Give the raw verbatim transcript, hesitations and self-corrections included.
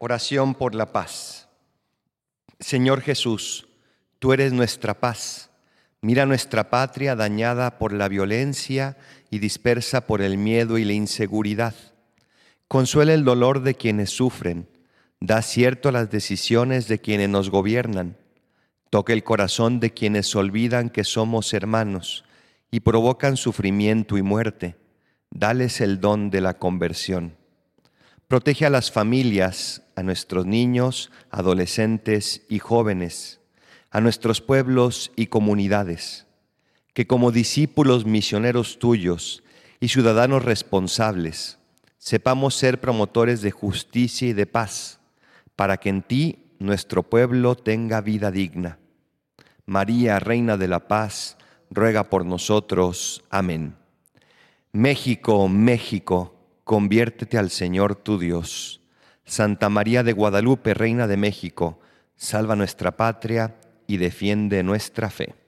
Oración por la paz. Señor Jesús, tú eres nuestra paz. Mira nuestra patria dañada por la violencia y dispersa por el miedo y la inseguridad. Consuela el dolor de quienes sufren. Da acierto a las decisiones de quienes nos gobiernan. Toca el corazón de quienes olvidan que somos hermanos y provocan sufrimiento y muerte. Dales el don de la conversión. Protege a las familias, a nuestros niños, adolescentes y jóvenes, a nuestros pueblos y comunidades, que como discípulos misioneros tuyos y ciudadanos responsables, sepamos ser promotores de justicia y de paz, para que en ti nuestro pueblo tenga vida digna. María, Reina de la Paz, ruega por nosotros. Amén. México, México, conviértete al Señor tu Dios. Santa María de Guadalupe, Reina de México, salva nuestra patria y defiende nuestra fe.